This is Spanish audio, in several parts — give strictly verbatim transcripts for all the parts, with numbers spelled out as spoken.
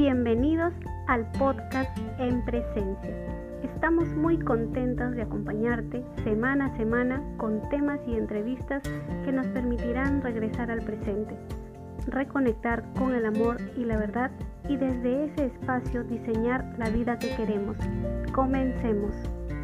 Bienvenidos al podcast En Presencia. Estamos muy contentos de acompañarte semana a semana con temas y entrevistas que nos permitirán regresar al presente, reconectar con el amor y la verdad y desde ese espacio diseñar la vida que queremos. Comencemos.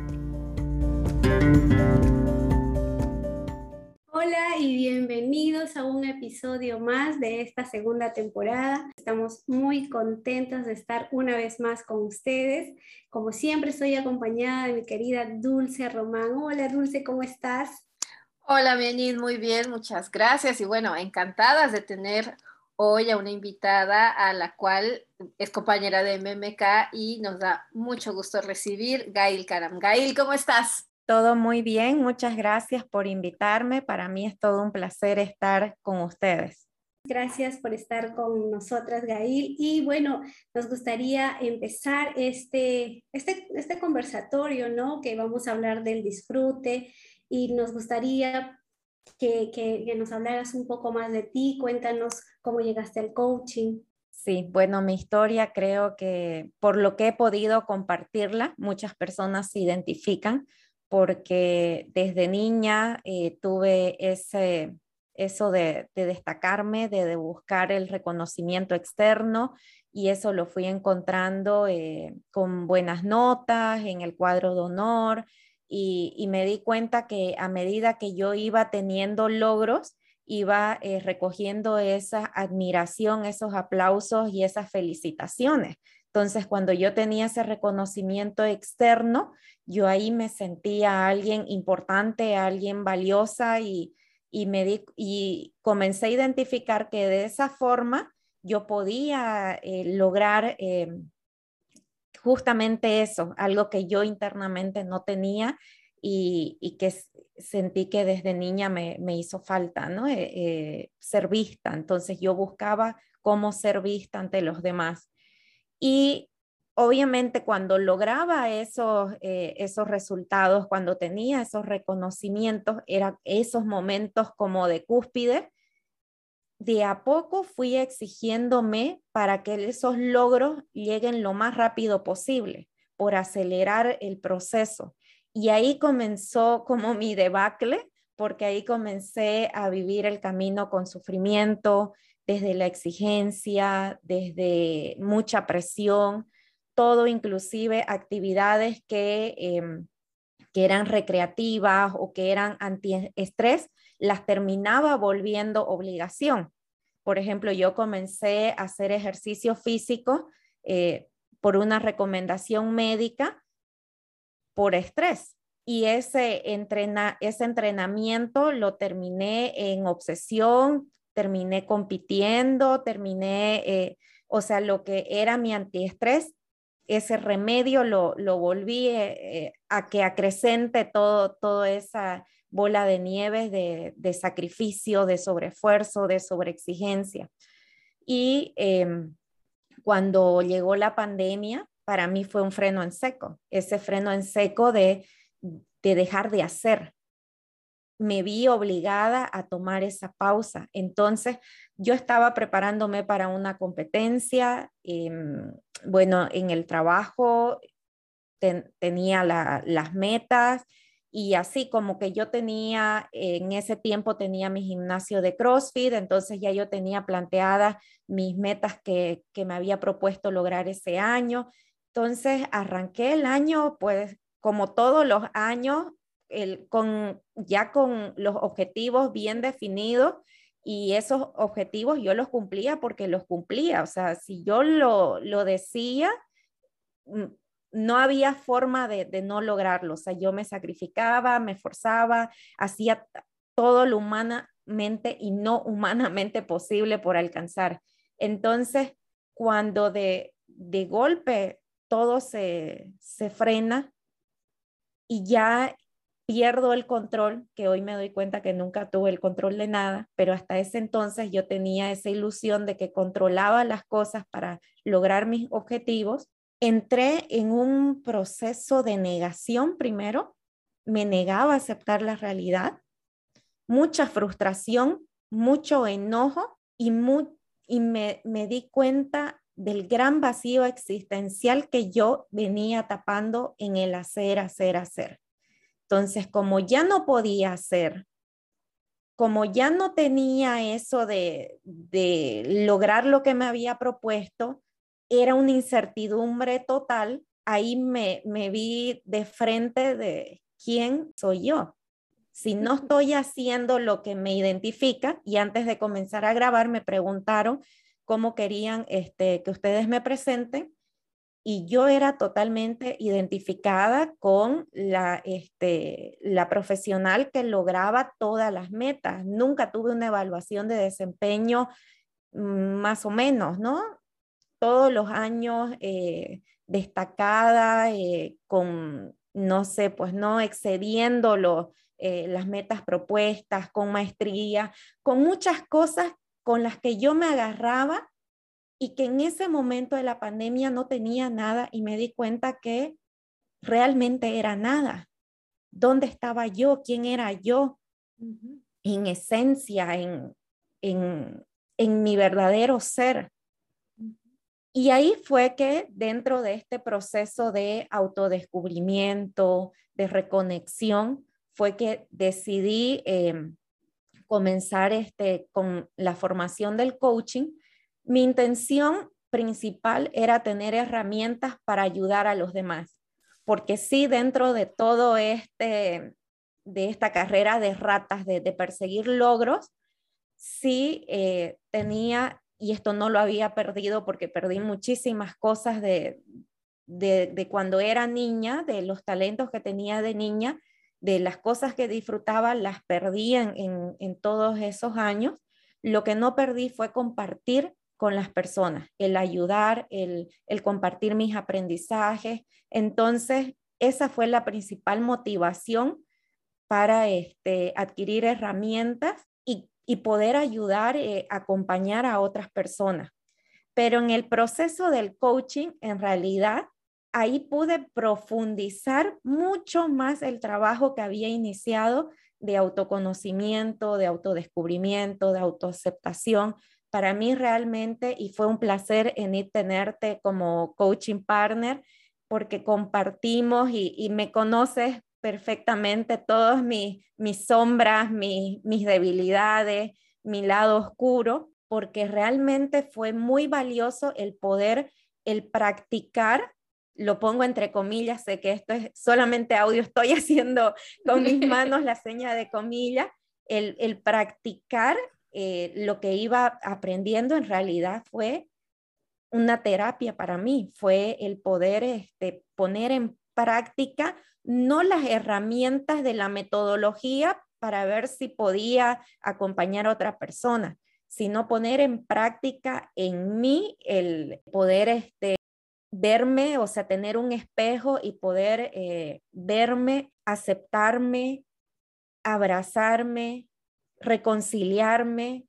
Hola y bienvenidos a un episodio más de esta segunda temporada. Estamos muy contentos de estar una vez más con ustedes. Como siempre, estoy acompañada de mi querida Dulce Román. Hola Dulce, ¿cómo estás? Hola, Bienit, muy bien, muchas gracias. Y bueno, encantadas de tener hoy a una invitada a la cual es compañera de M M K y nos da mucho gusto recibir, Gail Karam. Gail, ¿cómo estás? Todo muy bien, muchas gracias por invitarme. Para mí es todo un placer estar con ustedes. Gracias por estar con nosotras, Gail. Y bueno, nos gustaría empezar este, este, este conversatorio, ¿no? Que vamos a hablar del disfrute y nos gustaría que, que, que nos hablaras un poco más de ti. Cuéntanos cómo llegaste al coaching. Sí, bueno, mi historia creo que por lo que he podido compartirla, muchas personas se identifican porque desde niña eh, tuve ese, eso de, de destacarme, de, de buscar el reconocimiento externo y eso lo fui encontrando eh, con buenas notas en el cuadro de honor y, y me di cuenta que a medida que yo iba teniendo logros, iba eh, recogiendo esa admiración, esos aplausos y esas felicitaciones. Entonces, cuando yo tenía ese reconocimiento externo, yo ahí me sentía alguien importante, alguien valiosa y, y, me di, y comencé a identificar que de esa forma yo podía eh, lograr eh, justamente eso, algo que yo internamente no tenía y, y que sentí que desde niña me, me hizo falta, ¿no? Eh, eh, ser vista. Entonces yo buscaba cómo ser vista ante los demás. Y obviamente cuando lograba esos, eh, esos resultados, cuando tenía esos reconocimientos, eran esos momentos como de cúspide, de a poco fui exigiéndome para que esos logros lleguen lo más rápido posible, por acelerar el proceso. Y ahí comenzó como mi debacle, porque ahí comencé a vivir el camino con sufrimiento, desde la exigencia, desde mucha presión, todo inclusive actividades que, eh, que eran recreativas o que eran antiestrés, las terminaba volviendo obligación. Por ejemplo, yo comencé a hacer ejercicio físico eh, por una recomendación médica por estrés. Y ese, entrena, ese entrenamiento lo terminé en obsesión, terminé compitiendo, terminé, eh, o sea, lo que era mi antiestrés, ese remedio lo, lo volví eh, a que acrecente todo, toda esa bola de nieve de, de sacrificio, de sobreesfuerzo, de sobreexigencia. Y eh, cuando llegó la pandemia, para mí fue un freno en seco, ese freno en seco de, de dejar de hacer. Me vi obligada a tomar esa pausa. Entonces, yo estaba preparándome para una competencia, eh, bueno, en el trabajo ten, tenía la, las metas y así como que yo tenía, en ese tiempo tenía mi gimnasio de CrossFit, entonces ya yo tenía planteadas mis metas que, que me había propuesto lograr ese año. Entonces arranqué el año, pues como todos los años, el, con, ya con los objetivos bien definidos y esos objetivos yo los cumplía porque los cumplía. O sea, si yo lo, lo decía, no había forma de, de no lograrlo. O sea, yo me sacrificaba, me forzaba, hacía todo lo humanamente y no humanamente posible por alcanzar. Entonces, cuando de, de golpe todo se, se frena y ya pierdo el control, que hoy me doy cuenta que nunca tuve el control de nada, pero hasta ese entonces yo tenía esa ilusión de que controlaba las cosas para lograr mis objetivos. Entré en un proceso de negación primero, me negaba a aceptar la realidad, mucha frustración, mucho enojo y, mu y me, me di cuenta del gran vacío existencial que yo venía tapando en el hacer, hacer, hacer. Entonces, como ya no podía hacer, como ya no tenía eso de, de lograr lo que me había propuesto, era una incertidumbre total. Ahí me, me vi de frente de quién soy yo. Si no estoy haciendo lo que me identifica, y antes de comenzar a grabar me preguntaron cómo querían este, que ustedes me presenten, y yo era totalmente identificada con la, este, la profesional que lograba todas las metas. Nunca tuve una evaluación de desempeño mm, más o menos, ¿no? Todos los años eh, destacada, eh, con, no sé, pues no excediendo los, eh, las metas propuestas, con maestría, con muchas cosas con las que yo me agarraba y que en ese momento de la pandemia no tenía nada y me di cuenta que realmente era nada. ¿Dónde estaba yo? ¿Quién era yo? Uh-huh. En esencia, en, en, en mi verdadero ser. Uh-huh. Y ahí fue que dentro de este proceso de autodescubrimiento, de reconexión, fue que decidí eh, comenzar este, con la formación del coaching. Mi intención principal era tener herramientas para ayudar a los demás, porque sí, dentro de todo este, de esta carrera de ratas, de, de perseguir logros, sí eh, tenía, y esto no lo había perdido porque perdí muchísimas cosas de, de, de cuando era niña, de los talentos que tenía de niña, de las cosas que disfrutaba, las perdí en, en, en todos esos años. Lo que no perdí fue compartir con las personas, el ayudar, el, el compartir mis aprendizajes. Entonces, esa fue la principal motivación para este, adquirir herramientas y, y poder ayudar, eh, acompañar a otras personas. Pero en el proceso del coaching, en realidad, ahí pude profundizar mucho más el trabajo que había iniciado de autoconocimiento, de autodescubrimiento, de autoaceptación. Para mí realmente, y fue un placer en ir tenerte como coaching partner, porque compartimos y, y me conoces perfectamente todas mis, mis sombras, mis, mis debilidades, mi lado oscuro, porque realmente fue muy valioso el poder, el practicar, lo pongo entre comillas, sé que esto es solamente audio, estoy haciendo con mis manos la seña de comillas, el, el practicar eh, lo que iba aprendiendo en realidad fue una terapia para mí, fue el poder este, poner en práctica no las herramientas de la metodología para ver si podía acompañar a otra persona, sino poner en práctica en mí el poder este, verme, o sea, tener un espejo y poder eh, verme, aceptarme, abrazarme, reconciliarme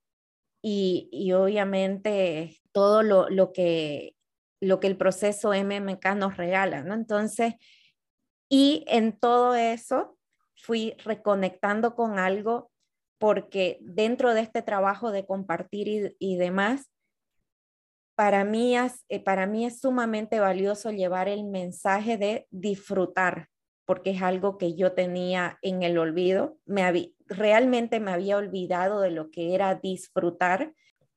y, y obviamente todo lo, lo, que, lo que el proceso M M K nos regala, ¿no? Entonces, y en todo eso fui reconectando con algo porque dentro de este trabajo de compartir y, y demás, para mí, es, eh, para mí es sumamente valioso llevar el mensaje de disfrutar, porque es algo que yo tenía en el olvido. Me había, realmente me había olvidado de lo que era disfrutar.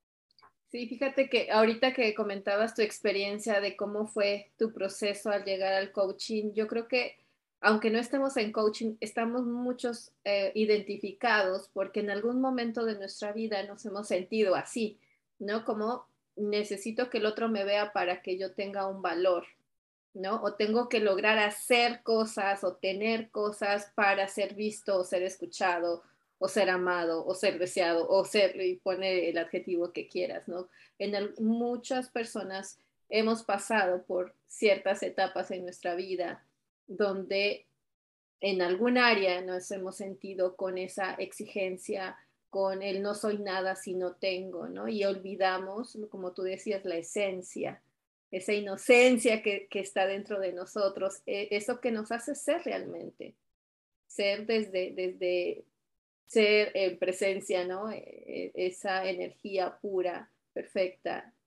Sí, fíjate que ahorita que comentabas tu experiencia de cómo fue tu proceso al llegar al coaching, yo creo que aunque no estemos en coaching, estamos muchos eh, identificados porque en algún momento de nuestra vida nos hemos sentido así, ¿no? Como necesito que el otro me vea para que yo tenga un valor, ¿no? O tengo que lograr hacer cosas o tener cosas para ser visto o ser escuchado o ser amado o ser deseado o ser, y pone el adjetivo que quieras, ¿no? En el, muchas personas hemos pasado por ciertas etapas en nuestra vida donde en algún área nos hemos sentido con esa exigencia, con el no soy nada si no tengo, ¿no? Y olvidamos, como tú decías, la esencia, esa inocencia que, que está dentro de nosotros, eh, eso que nos hace ser realmente, ser desde, desde ser en presencia, ¿no? Eh, esa energía pura, perfecta,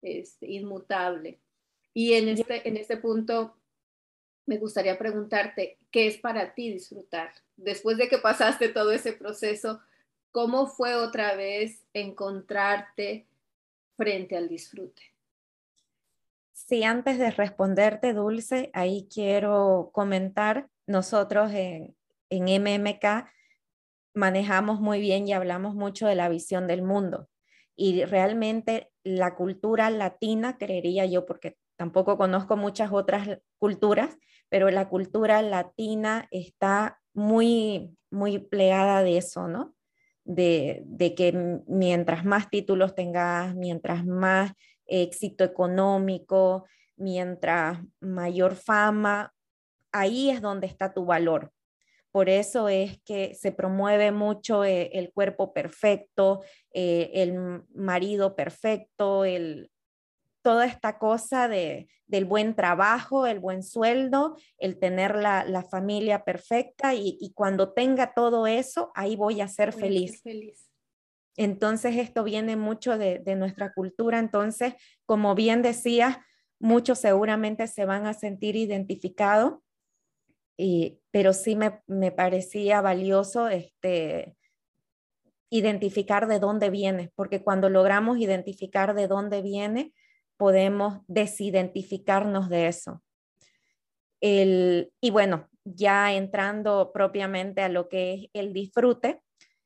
este, inmutable. Y en este, en este punto me gustaría preguntarte, ¿qué es para ti disfrutar? Después de que pasaste todo ese proceso, ¿cómo fue otra vez encontrarte frente al disfrute? Sí, antes de responderte, Dulce, ahí quiero comentar, nosotros en, en M M K manejamos muy bien y hablamos mucho de la visión del mundo. Y realmente la cultura latina, creería yo, porque tampoco conozco muchas otras culturas, pero la cultura latina está muy, muy plegada de eso, ¿no? De, de que mientras más títulos tengas, mientras más éxito económico, mientras mayor fama, ahí es donde está tu valor. Por eso es que se promueve mucho eh, el cuerpo perfecto, eh, el marido perfecto, el, toda esta cosa de, del buen trabajo, el buen sueldo, el tener la, la familia perfecta y, y cuando tenga todo eso, ahí voy a ser voy feliz. A ser feliz. Entonces esto viene mucho de, de nuestra cultura. Entonces, como bien decías, muchos seguramente se van a sentir identificados. Y, pero sí me, me parecía valioso este, identificar de dónde viene, porque cuando logramos identificar de dónde viene, podemos desidentificarnos de eso. El, y bueno, ya entrando propiamente a lo que es el disfrute,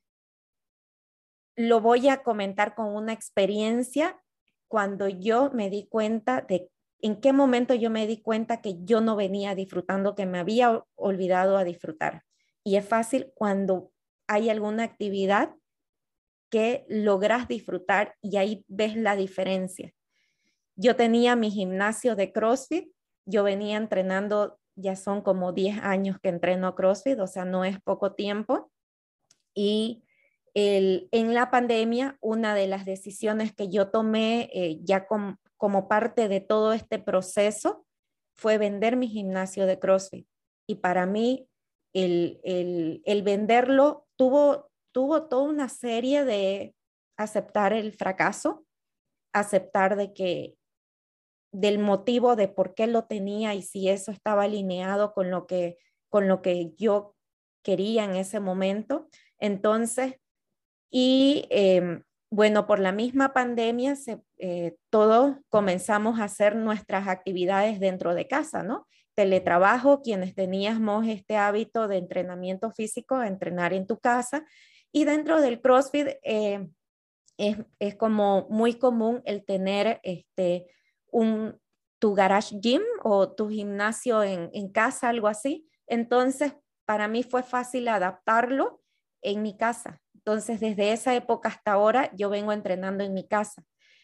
lo voy a comentar con una experiencia cuando yo me di cuenta de en qué momento yo me di cuenta que yo no venía disfrutando, que me había olvidado a disfrutar. Y es fácil cuando hay alguna actividad que logras disfrutar y ahí ves la diferencia. Yo tenía mi gimnasio de CrossFit, yo venía entrenando, ya son como diez años que entreno CrossFit, o sea, no es poco tiempo. Y el, en la pandemia, una de las decisiones que yo tomé eh, ya com, como parte de todo este proceso fue vender mi gimnasio de CrossFit. Y para mí, el, el, el venderlo tuvo, tuvo toda una serie de aceptar el fracaso, aceptar de que del motivo de por qué lo tenía y si eso estaba alineado con lo que, con lo que yo quería en ese momento. Entonces, y eh, bueno, por la misma pandemia, se, eh, todos comenzamos a hacer nuestras actividades dentro de casa, ¿no? Teletrabajo, quienes teníamos este hábito de entrenamiento físico, entrenar en tu casa. Y dentro del CrossFit eh, es, es como muy común el tener este, un, tu garage gym o tu gimnasio en, en casa, algo así. Entonces, para mí fue fácil adaptarlo en mi casa. Entonces, desde esa época hasta ahora, yo vengo entrenando en mi casa.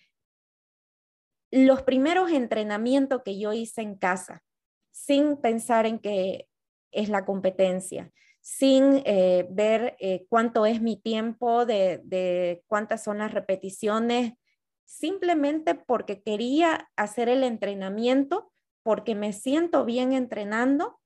Los primeros entrenamientos que yo hice en casa, sin pensar en que es la competencia, sin eh, ver eh, cuánto es mi tiempo, de, de cuántas son las repeticiones, simplemente porque quería hacer el entrenamiento, porque me siento bien entrenando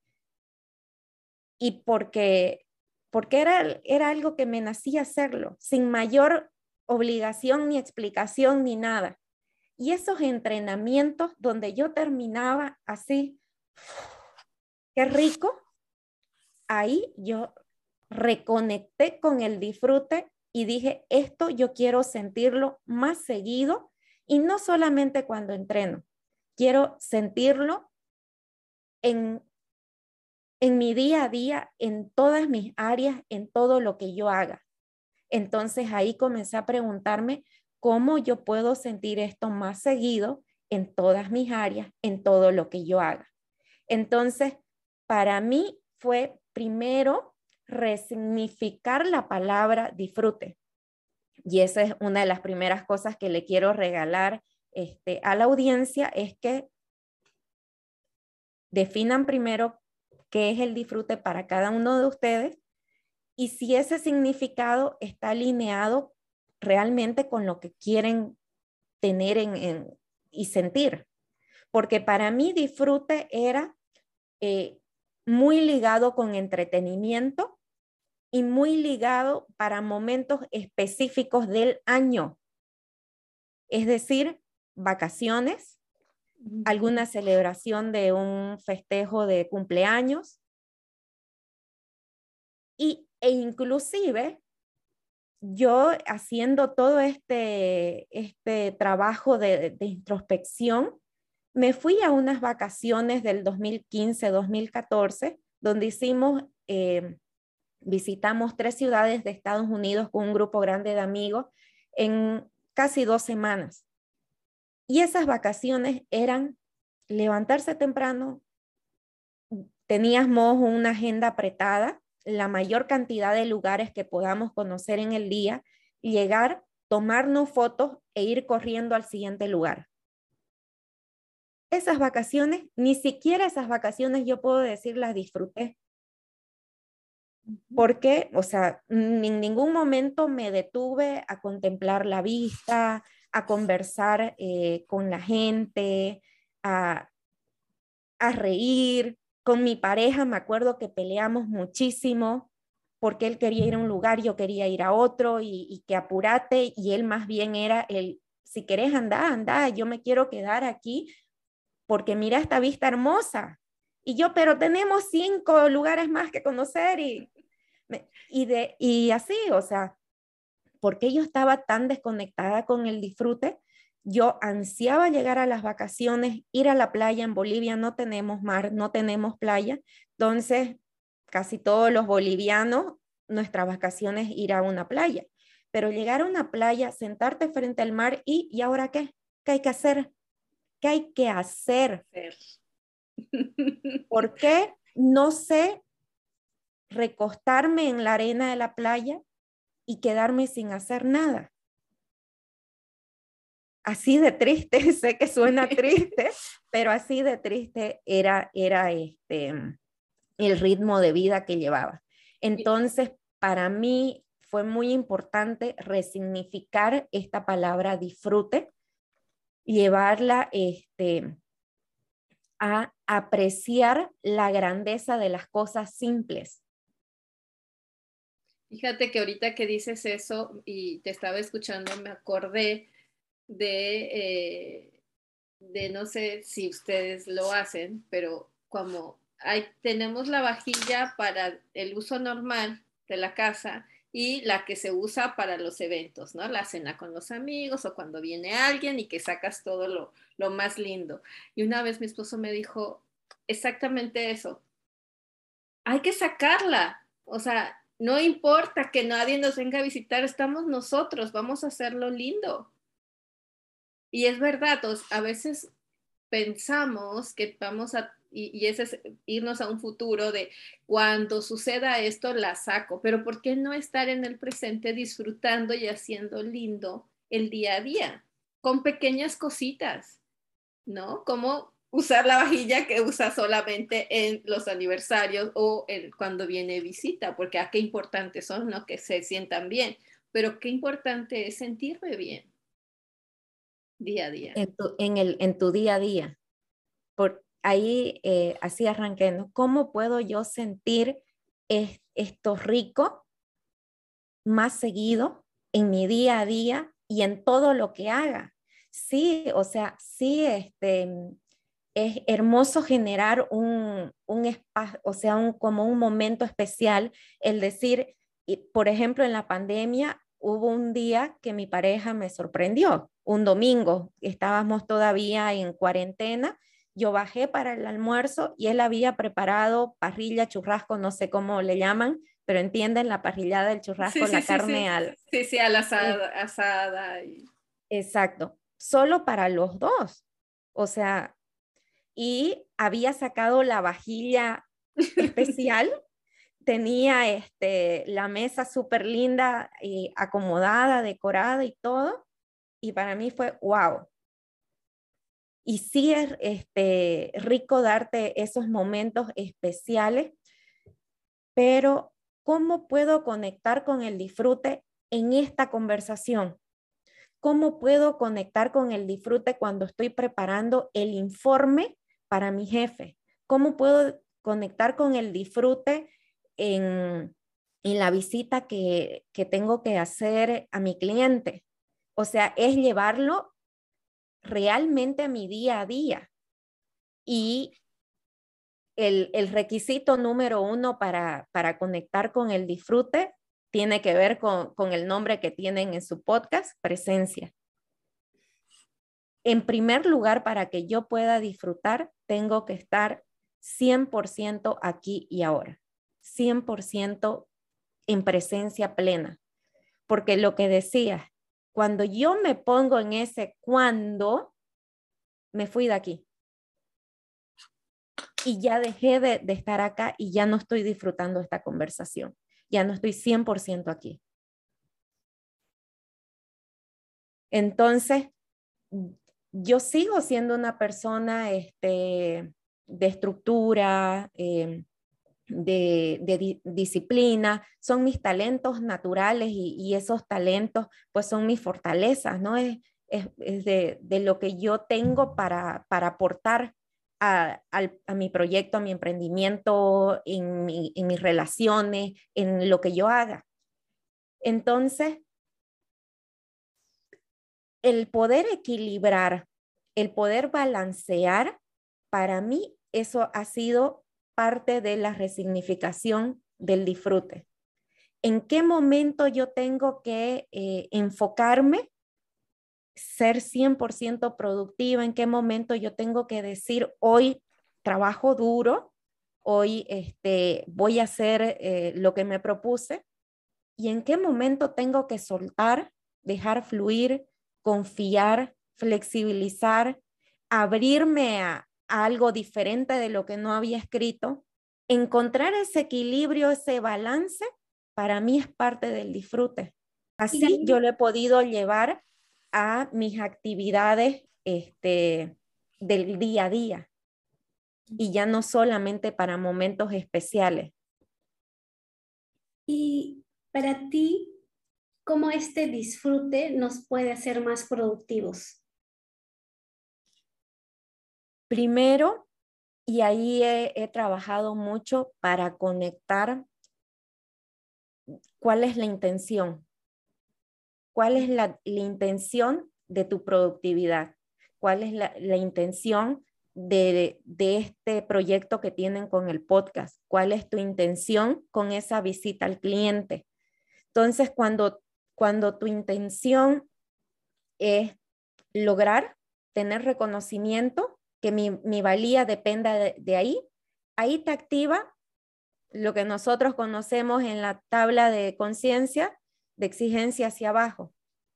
y porque, porque era, era algo que me nacía hacerlo, sin mayor obligación ni explicación ni nada. Y esos entrenamientos donde yo terminaba así, qué rico, ahí yo reconecté con el disfrute y dije, esto yo quiero sentirlo más seguido y no solamente cuando entreno, quiero sentirlo en, en mi día a día, en todas mis áreas, en todo lo que yo haga. Entonces ahí comencé a preguntarme cómo yo puedo sentir esto más seguido en todas mis áreas, en todo lo que yo haga. Entonces, para mí fue primero resignificar la palabra disfrute. Y esa es una de las primeras cosas que le quiero regalar este, a la audiencia, es que definan primero qué es el disfrute para cada uno de ustedes y si ese significado está alineado realmente con lo que quieren tener en, en, y sentir. Porque para mí disfrute era eh, muy ligado con entretenimiento y muy ligado para momentos específicos del año. Es decir, vacaciones, alguna celebración de un festejo de cumpleaños, y, e inclusive yo haciendo todo este, este trabajo de, de introspección, me fui a unas vacaciones del dos mil quince, dos mil catorce, donde hicimos, eh, visitamos tres ciudades de Estados Unidos con un grupo grande de amigos en casi dos semanas. Y esas vacaciones eran levantarse temprano, teníamos una agenda apretada, la mayor cantidad de lugares que podamos conocer en el día, llegar, tomarnos fotos e ir corriendo al siguiente lugar. Esas vacaciones, ni siquiera esas vacaciones yo puedo decir las disfruté. Porque, o sea, en ningún momento me detuve a contemplar la vista, a conversar eh, con la gente, a, a reír. Con mi pareja me acuerdo que peleamos muchísimo porque él quería ir a un lugar, yo quería ir a otro y, y que apurate, y él más bien era el, si querés andar, andá, yo me quiero quedar aquí porque mira esta vista hermosa. Y yo, pero tenemos cinco lugares más que conocer y, y, de, y así, o sea, porque yo estaba tan desconectada con el disfrute. Yo ansiaba llegar a las vacaciones, ir a la playa. En Bolivia no tenemos mar, no tenemos playa, entonces casi todos los bolivianos, nuestras vacaciones ir a una playa, pero llegar a una playa, sentarte frente al mar y, ¿y ahora qué? ¿Qué hay que hacer? ¿Qué hay que hacer? ¿Por qué no sé recostarme en la arena de la playa y quedarme sin hacer nada? Así de triste, sé que suena triste, pero así de triste era, era este, el ritmo de vida que llevaba. Entonces, para mí fue muy importante resignificar esta palabra disfrute, llevarla este, a apreciar la grandeza de las cosas simples. Fíjate que ahorita que dices eso y te estaba escuchando, me acordé de, eh, de no sé si ustedes lo hacen, pero como hay, tenemos la vajilla para el uso normal de la casa y la que se usa para los eventos, ¿no? La cena con los amigos o cuando viene alguien y que sacas todo lo, lo más lindo. Y una vez mi esposo me dijo exactamente eso. Hay que sacarla. O sea, no importa que nadie nos venga a visitar, estamos nosotros, vamos a hacerlo lindo. Y es verdad, a veces pensamos que vamos a, y, y ese es irnos a un futuro de cuando suceda esto la saco, pero ¿por qué no estar en el presente disfrutando y haciendo lindo el día a día con pequeñas cositas, ¿no? Como usar la vajilla que usa solamente en los aniversarios o en, cuando viene visita, porque a qué importantes son, ¿no? Que se sientan bien, pero qué importante es sentirme bien día a día. En tu, en el, en tu día a día. Por ahí eh, así arranqué, ¿no? ¿Cómo puedo yo sentir es, esto rico más seguido en mi día a día y en todo lo que haga? Sí, o sea, sí, este, es hermoso generar un, un espacio, o sea, un, como un momento especial, el decir, y, por ejemplo, en la pandemia hubo un día que mi pareja me sorprendió, un domingo, estábamos todavía en cuarentena, yo bajé para el almuerzo y él había preparado parrilla, churrasco, no sé cómo le llaman, pero entienden la parrillada del churrasco, Sí, sí, la sí, carne sí, al... sí, sí, a la asada. Eh, asada y... exacto, solo para los dos. O sea, y había sacado la vajilla especial, tenía este, la mesa súper linda y acomodada, decorada y todo, y para mí fue wow. Y sí es este, rico darte esos momentos especiales, pero ¿cómo puedo conectar con el disfrute en esta conversación? ¿Cómo puedo conectar con el disfrute cuando estoy preparando el informe para mi jefe? ¿Cómo puedo conectar con el disfrute en, en la visita que, que tengo que hacer a mi cliente? O sea, es llevarlo realmente a mi día a día. Y el, el requisito número uno para, para conectar con el disfrute tiene que ver con, con el nombre que tienen en su podcast, presencia. En primer lugar, para que yo pueda disfrutar, tengo que estar cien por ciento aquí y ahora, cien por ciento en presencia plena. Porque lo que decía, cuando yo me pongo en ese cuando, me fui de aquí. Y ya dejé de, de estar acá y ya no estoy disfrutando esta conversación. Ya no estoy cien por ciento aquí. Entonces, yo sigo siendo una persona este, de estructura, eh, de, de di disciplina, son mis talentos naturales y, y esos talentos pues son mis fortalezas, ¿no? Es, es, es de, de lo que yo tengo para, para aportar a, a, a mi proyecto, a mi emprendimiento, en, mi, en mis relaciones, en lo que yo haga. Entonces, el poder equilibrar, el poder balancear, para mí eso ha sido parte de la resignificación del disfrute. ¿En qué momento yo tengo que eh, enfocarme, ser cien por ciento productiva? ¿En qué momento yo tengo que decir, hoy trabajo duro, hoy este, voy a hacer eh, lo que me propuse? ¿Y en qué momento tengo que soltar, dejar fluir, confiar, flexibilizar, abrirme a, a algo diferente de lo que no había escrito? Encontrar ese equilibrio, ese balance, para mí es parte del disfrute. Así yo lo he podido llevar a mis actividades este, del día a día y ya no solamente para momentos especiales. Y para ti, ¿cómo este disfrute nos puede hacer más productivos? Primero, y ahí he, he trabajado mucho para conectar cuál es la intención, cuál es la, la intención de tu productividad, cuál es la, la intención de, de este proyecto que tienen con el podcast, cuál es tu intención con esa visita al cliente. Entonces, cuando, cuando tu intención es lograr tener reconocimiento, que mi, mi valía dependa de, de ahí, ahí te activa lo que nosotros conocemos en la tabla de conciencia de exigencia hacia abajo.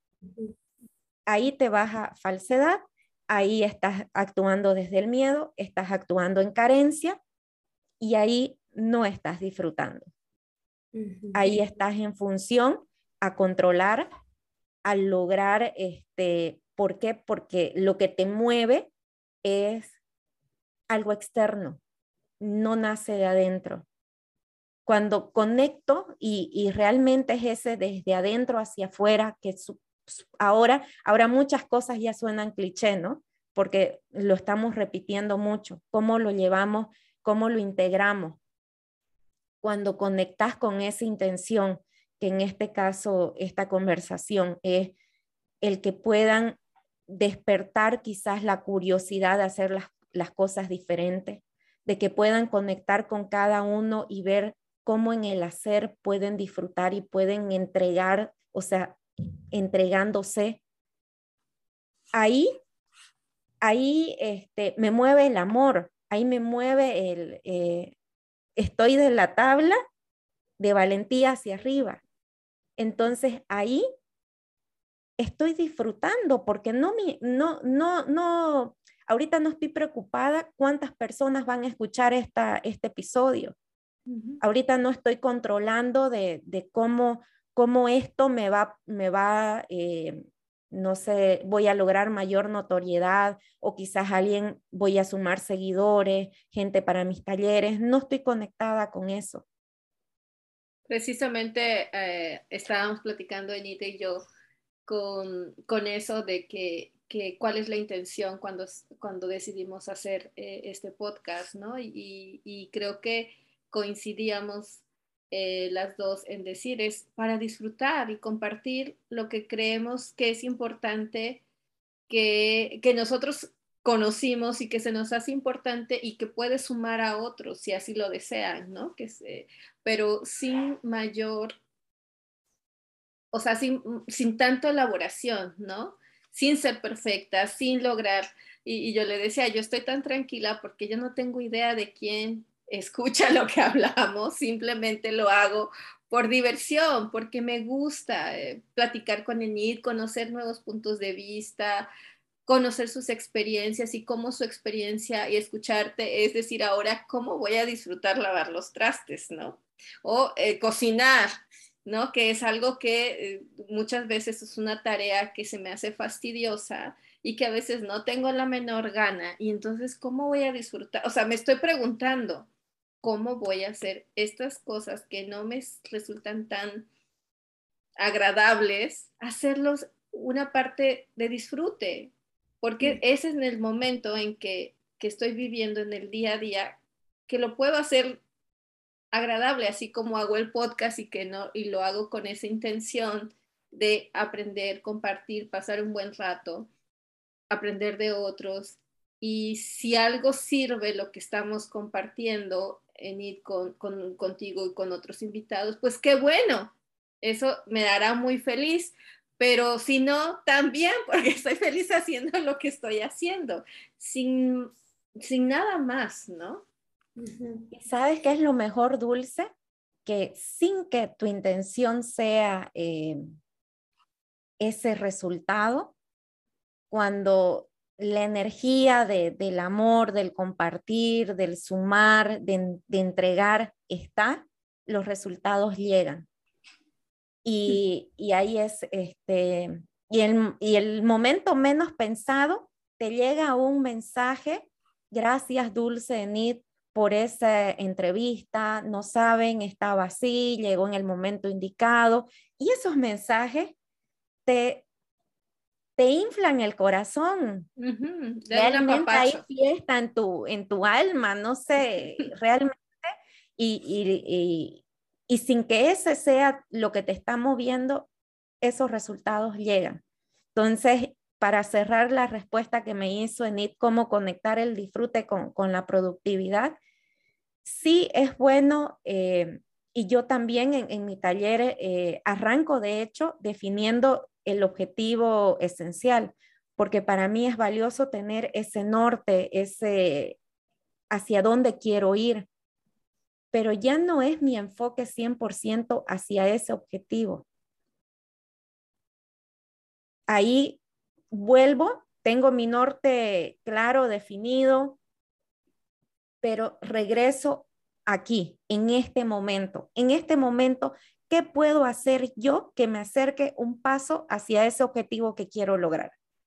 Ahí te baja falsedad, ahí estás actuando desde el miedo, estás actuando en carencia y ahí no estás disfrutando. Uh-huh. Ahí estás en función a controlar, a lograr, este, ¿por qué? Porque lo que te mueve es algo externo, no nace de adentro. Cuando conecto y, y realmente es ese desde adentro hacia afuera, que su, ahora, ahora muchas cosas ya suenan cliché, ¿no? Porque lo estamos repitiendo mucho, cómo lo llevamos, cómo lo integramos. Cuando conectas con esa intención, que en este caso esta conversación es el que puedan despertar quizás la curiosidad de hacer las, las cosas diferentes, de que puedan conectar con cada uno y ver cómo en el hacer pueden disfrutar y pueden entregar, o sea, entregándose. Ahí, ahí este, me mueve el amor, ahí me mueve el, eh, estoy de la tabla de valentía hacia arriba. Entonces ahí estoy disfrutando porque no, no, no, no, ahorita no estoy preocupada cuántas personas van a escuchar esta, este episodio. Uh-huh. Ahorita no estoy controlando de, de cómo, cómo esto me va, me va eh, no sé, voy a lograr mayor notoriedad o quizás alguien voy a sumar seguidores, gente para mis talleres. No estoy conectada con eso. Precisamente eh, estábamos platicando Anita y yo con, con eso de que, que cuál es la intención cuando, cuando decidimos hacer eh, este podcast, ¿no? Y, y creo que coincidíamos eh, las dos en decir es para disfrutar y compartir lo que creemos que es importante que, que nosotros conocimos y que se nos hace importante y que puede sumar a otros si así lo desean, ¿no? Que se, pero sin mayor, o sea, sin, sin tanto elaboración, ¿no? Sin ser perfecta, sin lograr, y, y yo le decía, yo estoy tan tranquila porque yo no tengo idea de quién escucha lo que hablamos, simplemente lo hago por diversión, porque me gusta eh, platicar con Enid, conocer nuevos puntos de vista, conocer sus experiencias y cómo su experiencia y escucharte, es decir, ahora cómo voy a disfrutar lavar los trastes, ¿no? O eh, cocinar, ¿no? Que es algo que eh, muchas veces es una tarea que se me hace fastidiosa y que a veces no tengo la menor gana. Y entonces, ¿cómo voy a disfrutar? O sea, me estoy preguntando, ¿cómo voy a hacer estas cosas que no me resultan tan agradables, hacerlos una parte de disfrute? Porque ese es el momento en que, que estoy viviendo en el día a día, que lo puedo hacer agradable, así como hago el podcast y, que no, y lo hago con esa intención de aprender, compartir, pasar un buen rato, aprender de otros. Y si algo sirve lo que estamos compartiendo en ir con, con, contigo y con otros invitados, pues qué bueno, eso me hará muy feliz. Pero si no, también, porque estoy feliz haciendo lo que estoy haciendo, sin, sin nada más, ¿no? ¿Y sabes qué es lo mejor, Dulce? Que sin que tu intención sea eh, ese resultado, cuando la energía de, del amor, del compartir, del sumar, de, de entregar está, los resultados llegan. Y, y ahí es, este, y el, y el momento menos pensado, te llega un mensaje: gracias Dulce, Enid, por esa entrevista, no saben, estaba así, llegó en el momento indicado. Y esos mensajes te, te inflan el corazón. Uh-huh. Realmente hay fiesta en tu, en tu alma, no sé, realmente. Y, y, y, y sin que ese sea lo que te está moviendo, esos resultados llegan. Entonces, para cerrar la respuesta que me hizo Enid, cómo conectar el disfrute con, con la productividad, sí es bueno, eh, y yo también en, en mi taller eh, arranco, de hecho, definiendo el objetivo esencial, porque para mí es valioso tener ese norte, ese hacia dónde quiero ir, pero ya no es mi enfoque cien por ciento hacia ese objetivo. Ahí vuelvo, tengo mi norte claro, definido, pero regreso aquí, en este momento. En este momento, ¿qué puedo hacer yo que me acerque un paso hacia ese objetivo que quiero lograr?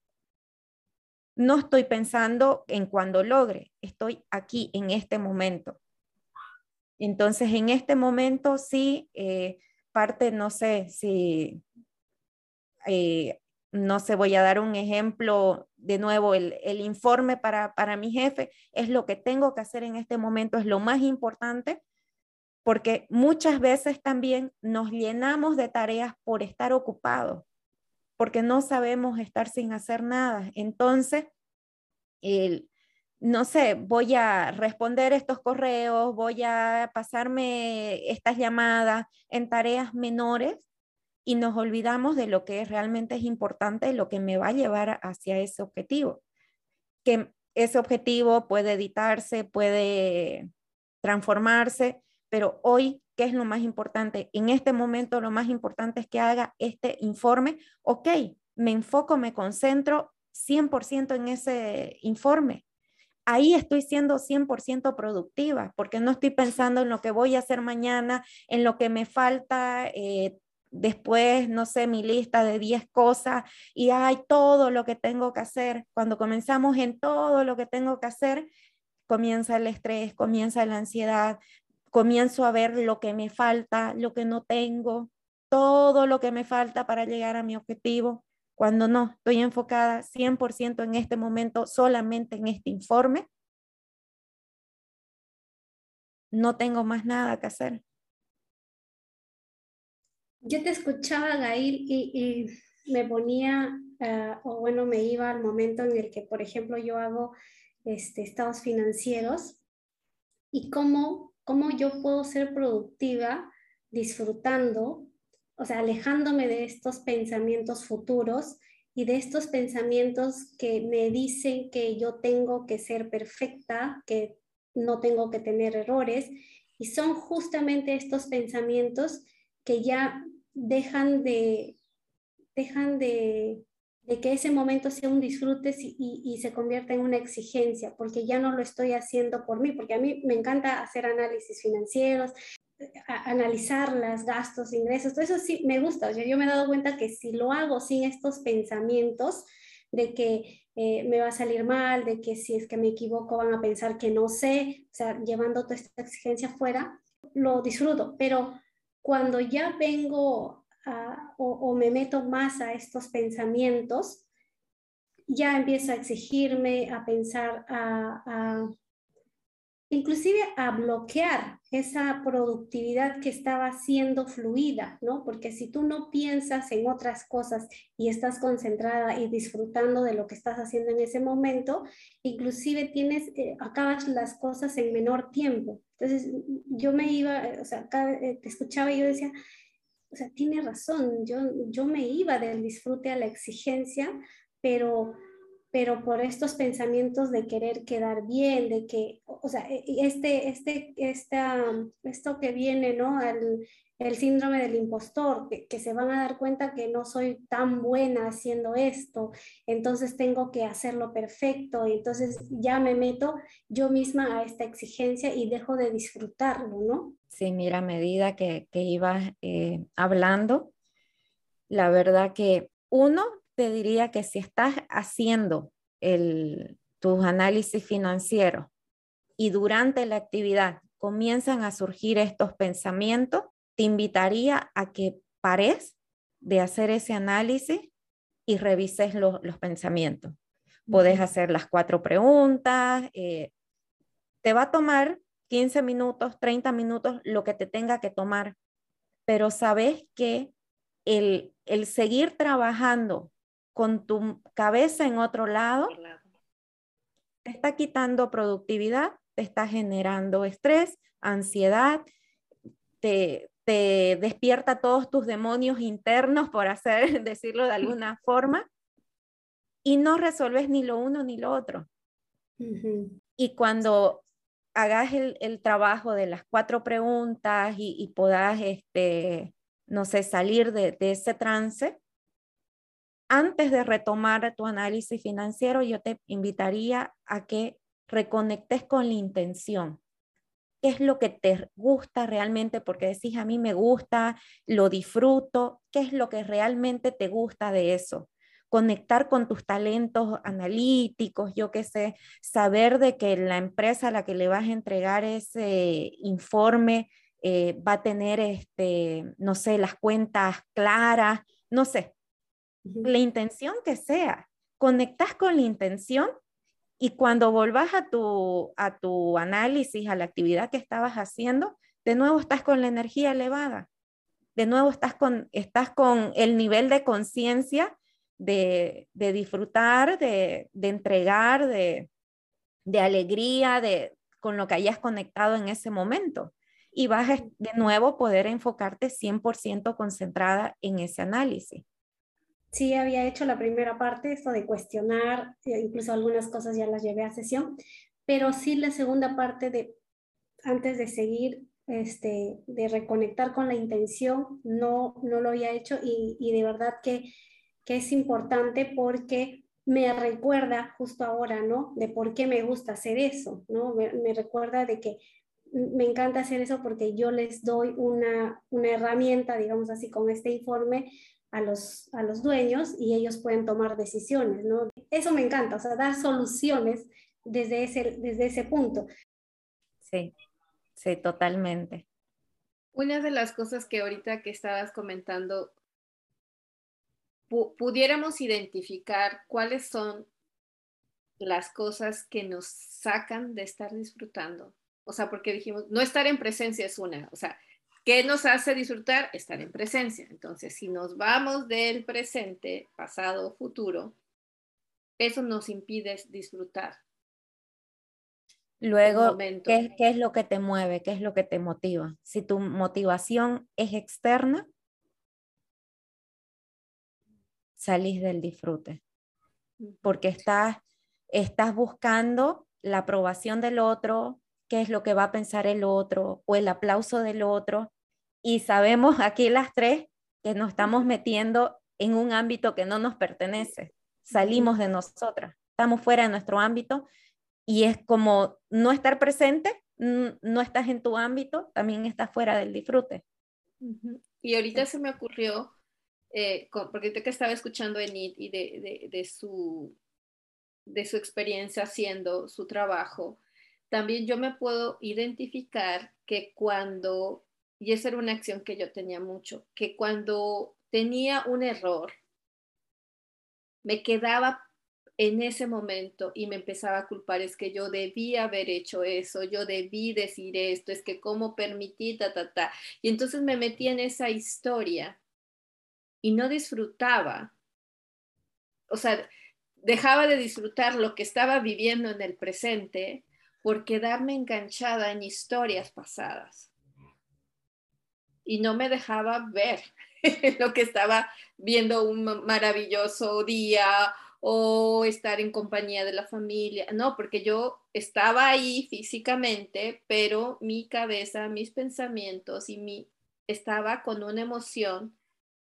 No estoy pensando en cuando logre, estoy aquí, en este momento. Entonces, en este momento sí, eh, parte, no sé, si, eh, no sé, voy a dar un ejemplo, de nuevo, el, el informe para, para mi jefe es lo que tengo que hacer en este momento, es lo más importante, porque muchas veces también nos llenamos de tareas por estar ocupados, porque no sabemos estar sin hacer nada. Entonces, el, no sé, voy a responder estos correos, voy a pasarme estas llamadas en tareas menores y nos olvidamos de lo que realmente es importante, lo que me va a llevar hacia ese objetivo. Que ese objetivo puede editarse, puede transformarse, pero hoy, ¿qué es lo más importante? En este momento lo más importante es que haga este informe. Ok, me enfoco, me concentro cien por ciento en ese informe. Ahí estoy siendo cien por ciento productiva, porque no estoy pensando en lo que voy a hacer mañana, en lo que me falta, eh, después, no sé, mi lista de diez cosas y hay todo lo que tengo que hacer. Cuando comenzamos en todo lo que tengo que hacer, comienza el estrés, comienza la ansiedad, comienzo a ver lo que me falta, lo que no tengo, todo lo que me falta para llegar a mi objetivo. Cuando no, estoy enfocada cien por ciento en este momento, solamente en este informe, no tengo más nada que hacer. Yo te escuchaba, Gail, y, y me ponía uh, o bueno, me iba al momento en el que, por ejemplo, yo hago este, estados financieros y cómo, cómo yo puedo ser productiva disfrutando, o sea, alejándome de estos pensamientos futuros y de estos pensamientos que me dicen que yo tengo que ser perfecta, que no tengo que tener errores, y son justamente estos pensamientos que ya dejan de, dejan de, de que ese momento sea un disfrute y, y se convierta en una exigencia, porque ya no lo estoy haciendo por mí, porque a mí me encanta hacer análisis financieros, a, analizar los gastos, ingresos, todo eso sí me gusta. O sea, yo me he dado cuenta que si lo hago sin estos pensamientos de que eh, me va a salir mal, de que si es que me equivoco van a pensar que no sé, o sea, llevando toda esta exigencia fuera, lo disfruto, pero cuando ya vengo a, o, o me meto más a estos pensamientos, ya empiezo a exigirme, a pensar, a, a inclusive a bloquear esa productividad que estaba siendo fluida, ¿no? Porque si tú no piensas en otras cosas y estás concentrada y disfrutando de lo que estás haciendo en ese momento, inclusive tienes, eh, acabas las cosas en menor tiempo. Entonces, yo me iba, o sea, acá, eh, te escuchaba y yo decía, o sea, tiene razón, yo, yo me iba del disfrute a la exigencia, pero pero por estos pensamientos de querer quedar bien, de que, o sea, este, este, esta, esto que viene, ¿no? El, el síndrome del impostor, que, que se van a dar cuenta que no soy tan buena haciendo esto, entonces tengo que hacerlo perfecto, y entonces ya me meto yo misma a esta exigencia y dejo de disfrutarlo, ¿no? Sí, mira, a medida que, que ibas eh, hablando, la verdad que uno te diría que si estás haciendo el, tus análisis financieros y durante la actividad comienzan a surgir estos pensamientos, te invitaría a que pares de hacer ese análisis y revises los, los pensamientos. Podés hacer las cuatro preguntas, eh, te va a tomar quince minutos, treinta minutos, lo que te tenga que tomar, pero sabes que el, el seguir trabajando con tu cabeza en otro lado te está quitando productividad, te está generando estrés, ansiedad, te, te despierta todos tus demonios internos, por hacer, decirlo de alguna forma, y no resuelves ni lo uno ni lo otro. Uh-huh. Y cuando hagas el, el trabajo de las cuatro preguntas y, y puedas, este, no sé, salir de, de ese trance, antes de retomar tu análisis financiero, yo te invitaría a que reconectes con la intención. ¿Qué es lo que te gusta realmente? Porque decís, a mí me gusta, lo disfruto. ¿Qué es lo que realmente te gusta de eso? Conectar con tus talentos analíticos, yo qué sé, saber de que la empresa a la que le vas a entregar ese informe eh, va a tener, este, no sé, las cuentas claras, no sé, Uh-huh. la intención que sea. Conectas con la intención y cuando volvas a tu, a tu análisis, a la actividad que estabas haciendo, de nuevo estás con la energía elevada, de nuevo estás con, estás con el nivel de conciencia de, de disfrutar, de, de entregar, de, de alegría, de, con lo que hayas conectado en ese momento. Y vas a de nuevo poder enfocarte cien por ciento concentrada en ese análisis. Sí, había hecho la primera parte, esto de cuestionar, eh, incluso algunas cosas ya las llevé a sesión, pero sí la segunda parte de, antes de seguir, este, de reconectar con la intención, no, no lo había hecho y, y de verdad que, que es importante porque me recuerda justo ahora, ¿no? De por qué me gusta hacer eso, ¿no? Me, me recuerda de que me encanta hacer eso porque yo les doy una, una herramienta, digamos así, con este informe a los, a los dueños y ellos pueden tomar decisiones, ¿no? Eso me encanta, o sea, dar soluciones desde ese, desde ese punto. Sí, sí, totalmente. Una de las cosas que ahorita que estabas comentando, pu- pudiéramos identificar cuáles son las cosas que nos sacan de estar disfrutando. O sea, porque dijimos, no estar en presencia es una, o sea, ¿Qué nos hace disfrutar? Estar en presencia. Entonces, si nos vamos del presente, pasado, futuro, eso nos impide disfrutar. Luego, ¿qué, ¿qué es lo que te mueve? ¿Qué es lo que te motiva? Si tu motivación es externa, salís del disfrute. Porque estás, estás buscando la aprobación del otro, qué es lo que va a pensar el otro, o el aplauso del otro. Y sabemos aquí las tres que nos estamos metiendo en un ámbito que no nos pertenece. Salimos de nosotras, estamos fuera de nuestro ámbito. Y es como no estar presente, no estás en tu ámbito, también estás fuera del disfrute. Uh-huh. Y ahorita se me ocurrió, eh, con, porque ahorita que estaba escuchando a Enid y de, de, de, su, de su experiencia haciendo su trabajo, también yo me puedo identificar que cuando, y esa era una acción que yo tenía mucho, que cuando tenía un error, me quedaba en ese momento y me empezaba a culpar, es que yo debí haber hecho eso, yo debí decir esto, es que cómo permití, ta, ta, ta. Y entonces me metí en esa historia y no disfrutaba, o sea, dejaba de disfrutar lo que estaba viviendo en el presente por quedarme enganchada en historias pasadas. Y no me dejaba ver lo que estaba viendo, un maravilloso día o estar en compañía de la familia. No, porque yo estaba ahí físicamente, pero mi cabeza, mis pensamientos y mi estaba con una emoción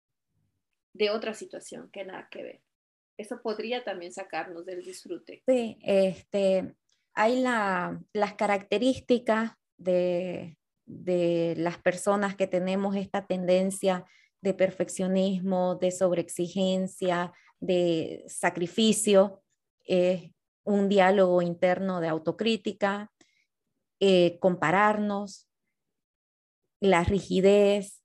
de otra situación que nada que ver. Eso podría también sacarnos del disfrute. Sí, este, hay la, las características de, de las personas que tenemos esta tendencia de perfeccionismo, de sobreexigencia, de sacrificio, eh, un diálogo interno de autocrítica, eh, compararnos, la rigidez,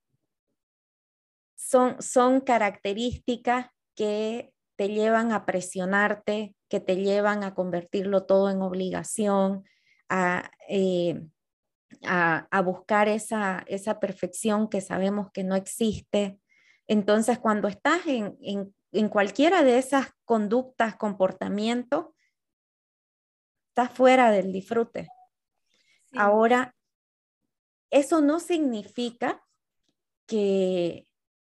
son, son características que te llevan a presionarte, que te llevan a convertirlo todo en obligación, a, eh, a, a buscar esa, esa perfección que sabemos que no existe. Entonces, cuando estás en, en, en cualquiera de esas conductas, comportamientos, estás fuera del disfrute. Sí. Ahora, eso no significa que,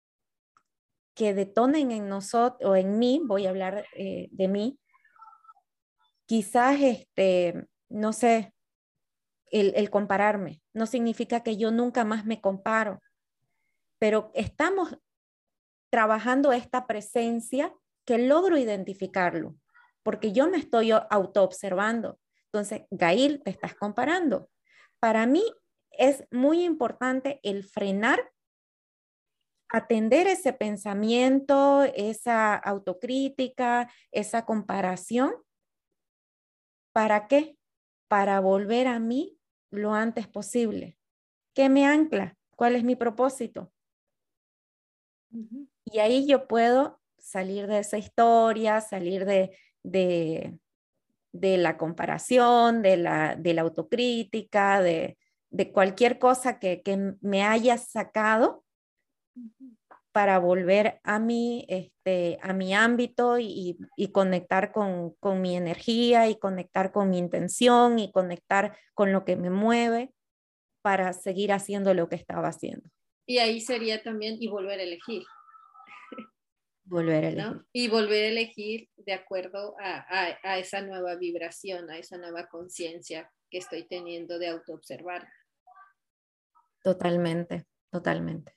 que detonen en nosotros o en mí, voy a hablar eh, de mí, quizás, este, no sé, el, el compararme, no significa que yo nunca más me comparo, pero estamos trabajando esta presencia que logro identificarlo, porque yo me estoy autoobservando. Entonces, Gail, te estás comparando. Para mí es muy importante el frenar, atender ese pensamiento, esa autocrítica, esa comparación. ¿Para qué? Para volver a mí lo antes posible. ¿Qué me ancla? ¿Cuál es mi propósito? Uh-huh. Y ahí yo puedo salir de esa historia, salir de, de, de la comparación, de la, de la autocrítica, de, de cualquier cosa que, que me haya sacado uh-huh. para volver a mi, este, a mi ámbito y, y conectar con, con mi energía y conectar con mi intención y conectar con lo que me mueve para seguir haciendo lo que estaba haciendo. Y ahí sería también y volver a elegir. Volver a elegir. ¿No? Y volver a elegir de acuerdo a, a, a esa nueva vibración, a esa nueva conciencia que estoy teniendo de autoobservar. Totalmente, totalmente.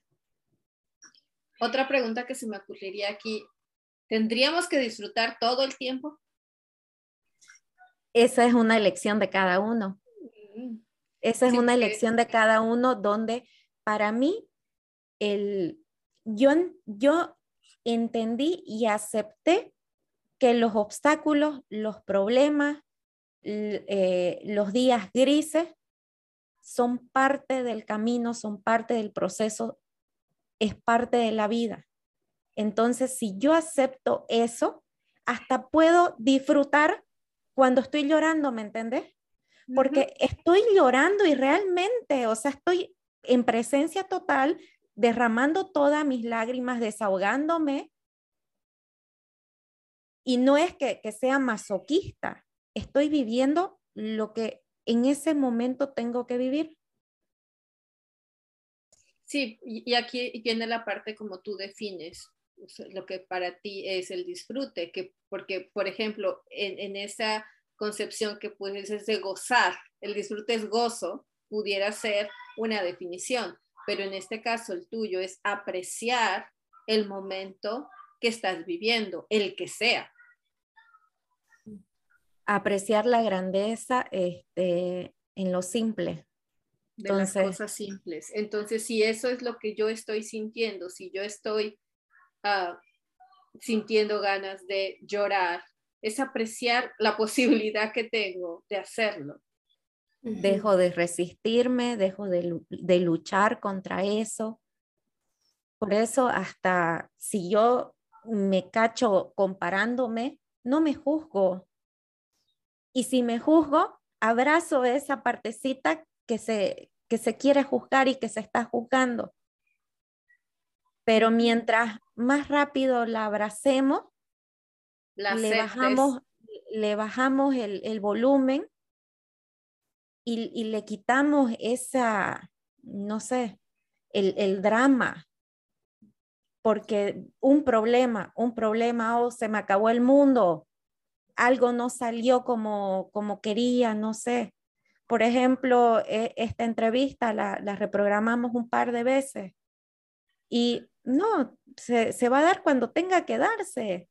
Otra pregunta que se me ocurriría aquí, ¿tendríamos que disfrutar todo el tiempo? Esa es una elección de cada uno. Mm. Esa es sí, una elección de cada uno donde para mí el, yo, yo entendí y acepté que los obstáculos, los problemas, eh, los días grises son parte del camino, son parte del proceso, es parte de la vida. Entonces, si yo acepto eso, hasta puedo disfrutar cuando estoy llorando, ¿me entendés? Porque uh-huh. estoy llorando y realmente, o sea, estoy en presencia total, derramando todas mis lágrimas, desahogándome. Y no es que, que sea masoquista, estoy viviendo lo que en ese momento tengo que vivir. Sí, y aquí viene la parte como tú defines, o sea, lo que para ti es el disfrute, que porque, por ejemplo, en, en esa concepción que puedes es de gozar, el disfrute es gozo, pudiera ser una definición, pero en este caso el tuyo es apreciar el momento que estás viviendo, el que sea. Apreciar la grandeza este, en lo simple. De Entonces, las cosas simples. Entonces, si eso es lo que yo estoy sintiendo, si yo estoy uh, sintiendo ganas de llorar, es apreciar la posibilidad que tengo de hacerlo. Dejo de resistirme, dejo de, de luchar contra eso. Por eso hasta si yo me cacho comparándome, no me juzgo. Y si me juzgo, abrazo esa partecita que se, que se quiere juzgar y que se está juzgando. Pero mientras más rápido la abracemos, la le bajamos, le bajamos el, el volumen y, y le quitamos esa, no sé, el, el drama. Porque un problema, un problema, oh, se me acabó el mundo, algo no salió como, como quería, no sé. Por ejemplo, eh, esta entrevista la, la reprogramamos un par de veces y no, se, se va a dar cuando tenga que darse.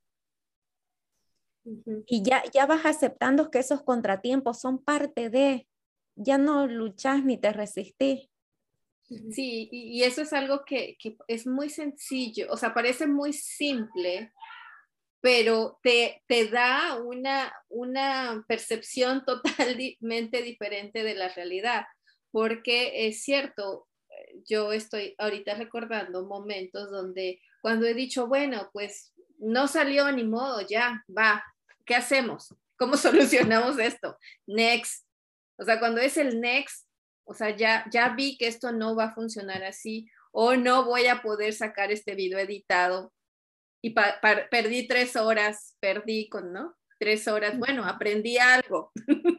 Uh-huh. Y ya, ya vas aceptando que esos contratiempos son parte de, ya no luchas ni te resistís. Sí, y, y eso es algo que, que es muy sencillo, o sea, parece muy simple, pero te, te da una, una percepción totalmente diferente de la realidad, porque es cierto, yo estoy ahorita recordando momentos donde cuando he dicho, bueno, pues no salió ni modo, ya, va, ¿qué hacemos? ¿Cómo solucionamos esto? Next. O sea, cuando es el next, o sea, ya, ya vi que esto no va a funcionar así, o no voy a poder sacar este video editado y pa, pa, perdí tres horas, perdí con, ¿no? Tres horas, bueno, aprendí algo.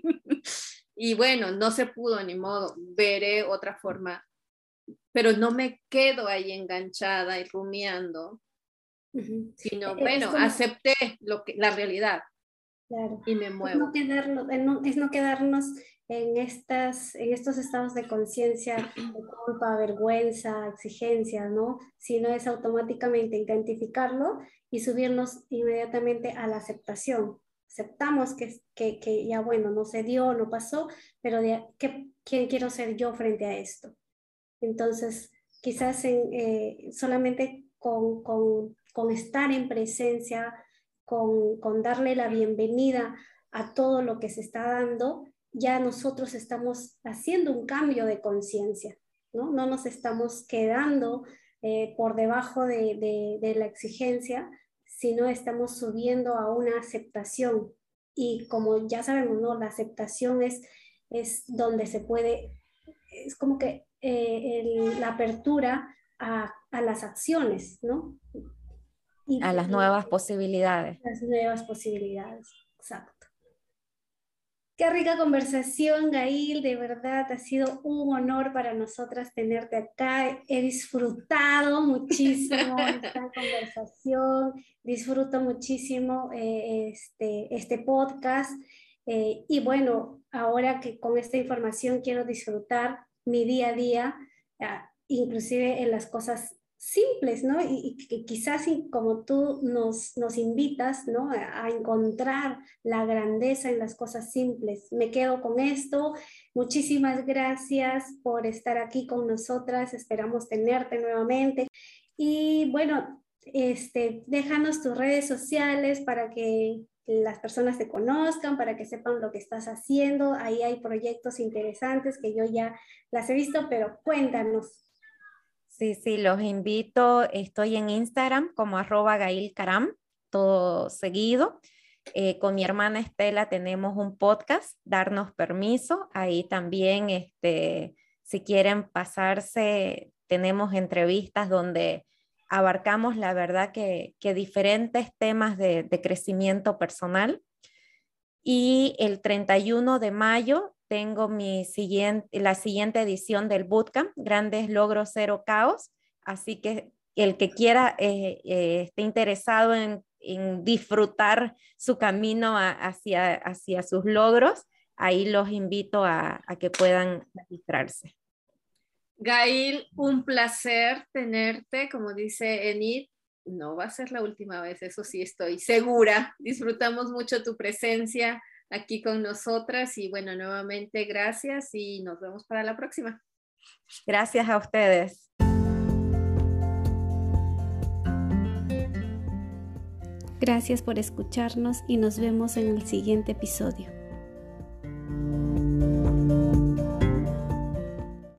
Y bueno, no se pudo, ni modo, veré otra forma, pero no me quedo ahí enganchada y rumiando, uh-huh. sino, es bueno, como... acepté lo que, la realidad. Claro. Y me muevo. Es no, quedarlo, es no quedarnos en, estas, en estos estados de conciencia, de culpa, vergüenza, exigencia, ¿no? Sino es automáticamente identificarlo y subirnos inmediatamente a la aceptación. Aceptamos que, que, que ya, bueno, no se dio, no pasó, pero de, ¿qué, ¿quién quiero ser yo frente a esto? Entonces, quizás en, eh, solamente con, con, con estar en presencia, Con, con darle la bienvenida a todo lo que se está dando, ya nosotros estamos haciendo un cambio de conciencia, ¿no? No nos estamos quedando eh, por debajo de, de, de la exigencia, sino estamos subiendo a una aceptación. Y como ya sabemos, ¿no? La aceptación es, es donde se puede, es como que eh, el, la apertura a, a las acciones, ¿no? Y, a las nuevas y, posibilidades. Las nuevas posibilidades, exacto. Qué rica conversación, Gail, de verdad ha sido un honor para nosotras tenerte acá. He disfrutado muchísimo esta conversación, disfruto muchísimo eh, este, este podcast eh, y bueno, ahora que con esta información quiero disfrutar mi día a día, eh, inclusive en las cosas simples, ¿no? Y, y quizás como tú nos, nos invitas, ¿no? A, a encontrar la grandeza en las cosas simples. Me quedo con esto. Muchísimas gracias por estar aquí con nosotras. Esperamos tenerte nuevamente. Y bueno, este, déjanos tus redes sociales para que las personas te conozcan, para que sepan lo que estás haciendo. Ahí hay proyectos interesantes que yo ya las he visto, pero cuéntanos. Sí, sí, los invito. Estoy en Instagram como arroba Gail Caram, todo seguido. Eh, con mi hermana Estela tenemos un podcast, Darnos Permiso. Ahí también este, Si quieren pasarse, tenemos entrevistas donde abarcamos, la verdad, que, que diferentes temas de, de crecimiento personal. Y el treinta y uno de mayo tengo mi siguiente, la siguiente edición del Bootcamp, Grandes Logros, Cero Caos. Así que el que quiera, eh, eh, esté interesado en, en disfrutar su camino a, hacia, hacia sus logros, ahí los invito a, a que puedan registrarse. Gail, un placer tenerte, como dice Enid, no va a ser la última vez, eso sí estoy segura. Disfrutamos mucho tu presencia aquí con nosotras y bueno, nuevamente gracias y nos vemos para la próxima. Gracias a ustedes. Gracias por escucharnos y nos vemos en el siguiente episodio.